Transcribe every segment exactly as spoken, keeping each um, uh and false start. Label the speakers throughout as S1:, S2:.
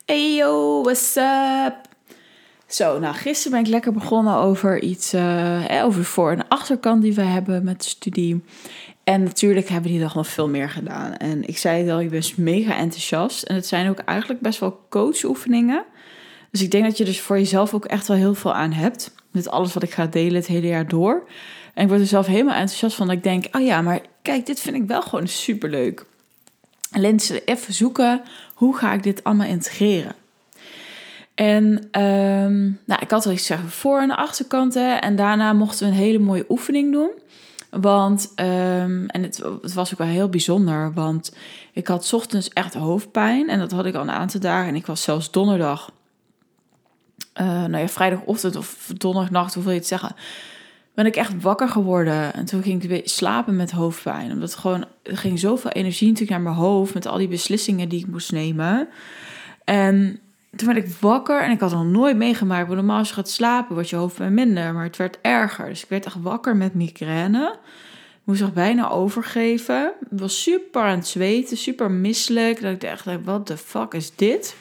S1: Hey yo, what's up? Zo, nou gisteren ben ik lekker begonnen over iets, uh, over de voor- en achterkant die we hebben met de studie. En natuurlijk hebben we die dag nog veel meer gedaan. En ik zei het al, ik ben mega enthousiast. En het zijn ook eigenlijk best wel coachoefeningen. Dus ik denk dat je dus voor jezelf ook echt wel heel veel aan hebt. Met alles wat ik ga delen het hele jaar door. En ik word er zelf helemaal enthousiast van. Dat ik denk, oh ja, maar kijk, dit vind ik wel gewoon superleuk. Alleen even zoeken, hoe ga ik dit allemaal integreren? En um, nou, ik had al iets zeggen voor- en achterkanten. En daarna mochten we een hele mooie oefening doen. Want, um, en het, het was ook wel heel bijzonder. Want ik had 's ochtends echt hoofdpijn. En dat had ik al een aantal dagen. En ik was zelfs donderdag. Uh, nou ja, vrijdagochtend of donderdagnacht, hoe wil je het zeggen? Ben ik echt wakker geworden. En toen ging ik weer slapen met hoofdpijn. Omdat gewoon, er ging zoveel energie natuurlijk naar mijn hoofd. Met al die beslissingen die ik moest nemen. En toen werd ik wakker en ik had nog nooit meegemaakt. Want normaal als je gaat slapen wordt je hoofdpijn minder. Maar het werd erger. Dus ik werd echt wakker met migraine. Ik moest zich bijna overgeven. Ik was super aan het zweten. Super misselijk. Dat ik dacht, wat de fuck is dit?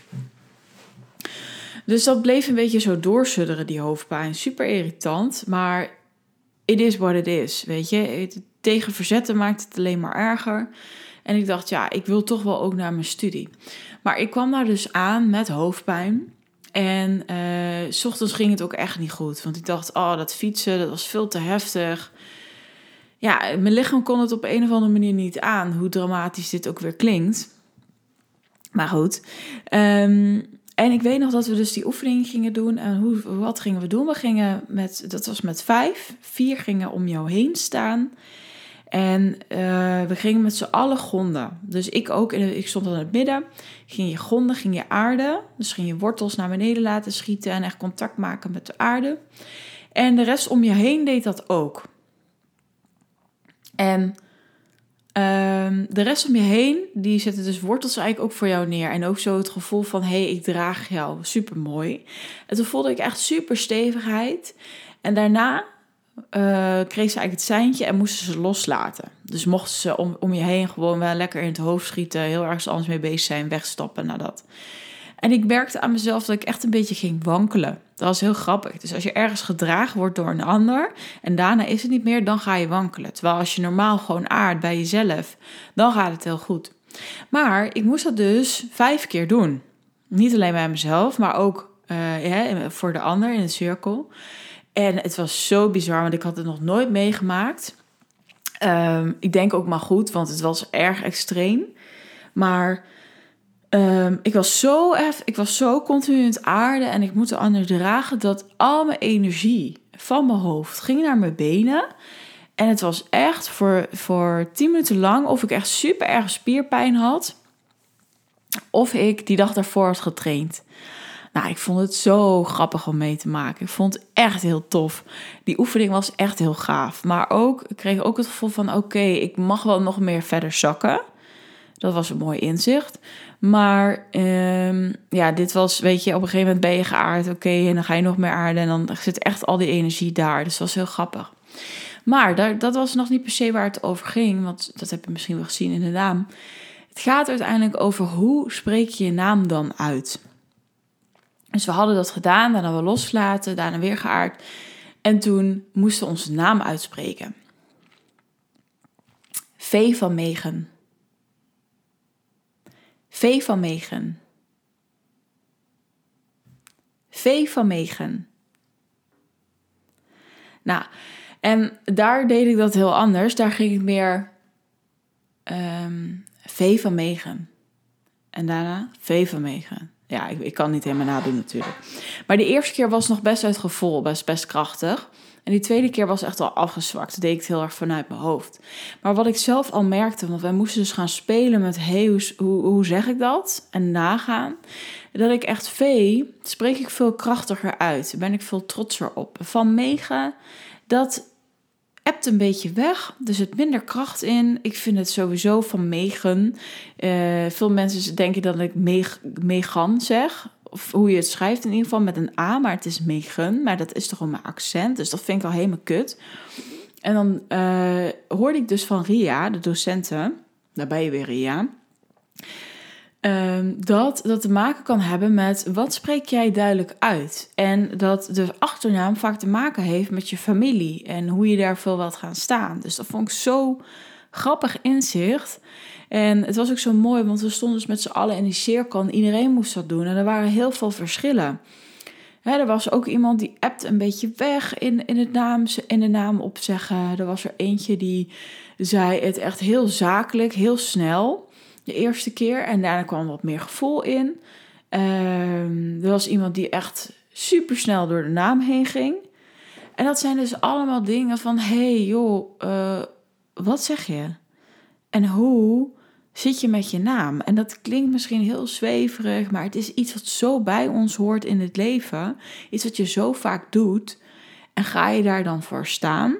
S1: Dus dat bleef een beetje zo doorsudderen, die hoofdpijn. Super irritant. Maar it is what it is, weet je. Het tegen verzetten maakt het alleen maar erger. En ik dacht, ja, ik wil toch wel ook naar mijn studie. Maar ik kwam daar dus aan met hoofdpijn. En uh, 's ochtends ging het ook echt niet goed. Want ik dacht, oh, dat fietsen, dat was veel te heftig. Ja, mijn lichaam kon het op een of andere manier niet aan. Hoe dramatisch dit ook weer klinkt. Maar goed. Um, en ik weet nog dat we dus die oefening gingen doen. En hoe, wat gingen we doen? We gingen met, dat was met vijf. Vier gingen om jou heen staan. En uh, we gingen met z'n allen gonden. Dus ik ook, ik stond dan in het midden. Ging je gonden, ging je aarden. Dus ging je wortels naar beneden laten schieten en echt contact maken met de aarde. En de rest om je heen deed dat ook. En uh, de rest om je heen, die zetten dus wortels eigenlijk ook voor jou neer. En ook zo het gevoel van, hé, hey, ik draag jou. Super mooi. En toen voelde ik echt super stevigheid. En daarna Uh, kreeg ze eigenlijk het seintje en moesten ze loslaten. Dus mochten ze om, om je heen gewoon wel lekker in het hoofd schieten, heel ergens anders mee bezig zijn, wegstappen naar dat. En ik merkte aan mezelf dat ik echt een beetje ging wankelen. Dat was heel grappig. Dus als je ergens gedragen wordt door een ander en daarna is het niet meer, dan ga je wankelen. Terwijl als je normaal gewoon aardt bij jezelf, dan gaat het heel goed. Maar ik moest dat dus vijf keer doen. Niet alleen bij mezelf, maar ook uh, ja, voor de ander in een cirkel. En het was zo bizar, want ik had het nog nooit meegemaakt. Um, ik denk ook maar goed, want het was erg extreem. Maar um, ik was zo eff, ik was zo continu in het aarden en ik moet de ander dragen dat al mijn energie van mijn hoofd ging naar mijn benen. En het was echt voor, voor tien minuten lang of ik echt super erg spierpijn had. Of ik die dag daarvoor had getraind. Nou, ik vond het zo grappig om mee te maken. Ik vond het echt heel tof. Die oefening was echt heel gaaf. Maar ook, ik kreeg ook het gevoel van, oké, okay, ik mag wel nog meer verder zakken. Dat was een mooi inzicht. Maar um, ja, dit was, weet je, op een gegeven moment ben je geaard. Oké, okay, en dan ga je nog meer aarden. En dan zit echt al die energie daar. Dus dat was heel grappig. Maar daar, dat was nog niet per se waar het over ging. Want dat heb je misschien wel gezien in de naam. Het gaat uiteindelijk over hoe spreek je je naam dan uit. Dus we hadden dat gedaan, daarna we losgelaten, daarna weer geaard. En toen moesten we onze naam uitspreken. V van Megen. V van Megen. V van Megen. Nou, en daar deed ik dat heel anders. Daar ging ik meer um, V van Megen. En daarna V van Megen. Ja, ik, ik kan niet helemaal nadoen natuurlijk. Maar de eerste keer was nog best uit gevoel, best, best krachtig. En die tweede keer was echt al afgezwakt. Dat deed ik het heel erg vanuit mijn hoofd. Maar wat ik zelf al merkte, want wij moesten dus gaan spelen met, hey, hoe, hoe, hoe zeg ik dat? En nagaan. Dat ik echt V, spreek ik veel krachtiger uit. Daar ben ik veel trotser op. Van Megen, dat ebt een beetje weg. Er zit minder kracht in. Ik vind het sowieso van Megen. Uh, veel mensen denken dat ik meg, Megan zeg. Of hoe je het schrijft in ieder geval met een A. Maar het is Megen. Maar dat is toch gewoon mijn accent. Dus dat vind ik al helemaal kut. En dan uh, hoorde ik dus van Ria, de docenten. Daar ben je weer, Ria. Um, dat dat te maken kan hebben met wat spreek jij duidelijk uit. En dat de achternaam vaak te maken heeft met je familie en hoe je daar veel wilt gaan staan. Dus dat vond ik zo grappig inzicht. En het was ook zo mooi, want we stonden dus met z'n allen in die cirkel en iedereen moest dat doen. En er waren heel veel verschillen. He, er was ook iemand die appte een beetje weg in, in, het naam, in de naam opzeggen. Er was er eentje die zei het echt heel zakelijk, heel snel. De eerste keer. En daarna kwam wat meer gevoel in. Um, er was iemand die echt super snel door de naam heen ging. En dat zijn dus allemaal dingen van... hé hey, joh, uh, wat zeg je? En hoe zit je met je naam? En dat klinkt misschien heel zweverig... maar het is iets wat zo bij ons hoort in het leven. Iets wat je zo vaak doet. En ga je daar dan voor staan?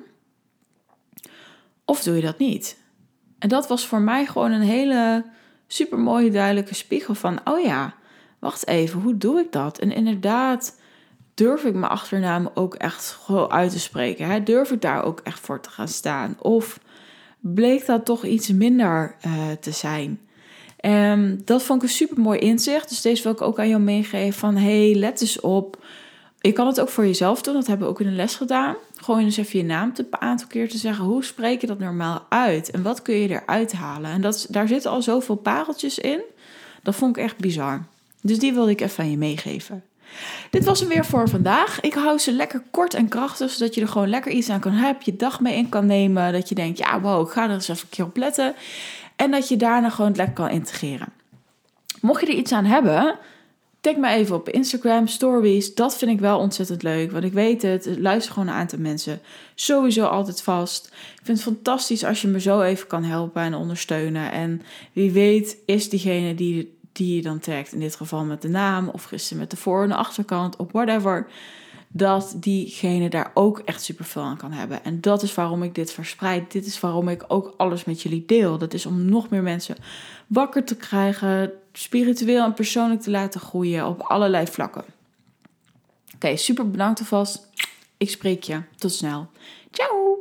S1: Of doe je dat niet? En dat was voor mij gewoon een hele super mooie duidelijke spiegel van... oh ja, wacht even, hoe doe ik dat? En inderdaad, durf ik mijn achternaam ook echt gewoon uit te spreken? Hè? Durf ik daar ook echt voor te gaan staan? Of bleek dat toch iets minder uh, te zijn? Um, dat vond ik een super mooi inzicht. Dus deze wil ik ook aan jou meegeven van... hey, let eens op. Je kan het ook voor jezelf doen, dat hebben we ook in de les gedaan. Gewoon eens even je naam te, een aantal keer te zeggen. Hoe spreek je dat normaal uit? En wat kun je eruit halen? En dat, daar zitten al zoveel pareltjes in. Dat vond ik echt bizar. Dus die wilde ik even aan je meegeven. Dit was hem weer voor vandaag. Ik hou ze lekker kort en krachtig, zodat je er gewoon lekker iets aan kan hebben. Je dag mee in kan nemen. Dat je denkt, ja wow, ik ga er eens even een keer op letten. En dat je daarna gewoon lekker kan integreren. Mocht je er iets aan hebben... tag me even op Instagram, stories. Dat vind ik wel ontzettend leuk. Want ik weet het, luister gewoon een aantal mensen. Sowieso altijd vast. Ik vind het fantastisch als je me zo even kan helpen en ondersteunen. En wie weet is diegene die, die je dan tagt. In dit geval met de naam of gisteren met de voor- en de achterkant of whatever. Dat diegene daar ook echt super veel aan kan hebben. En dat is waarom ik dit verspreid. Dit is waarom ik ook alles met jullie deel. Dat is om nog meer mensen wakker te krijgen, spiritueel en persoonlijk te laten groeien op allerlei vlakken. Oké, okay, super bedankt alvast. Ik spreek je. Tot snel. Ciao!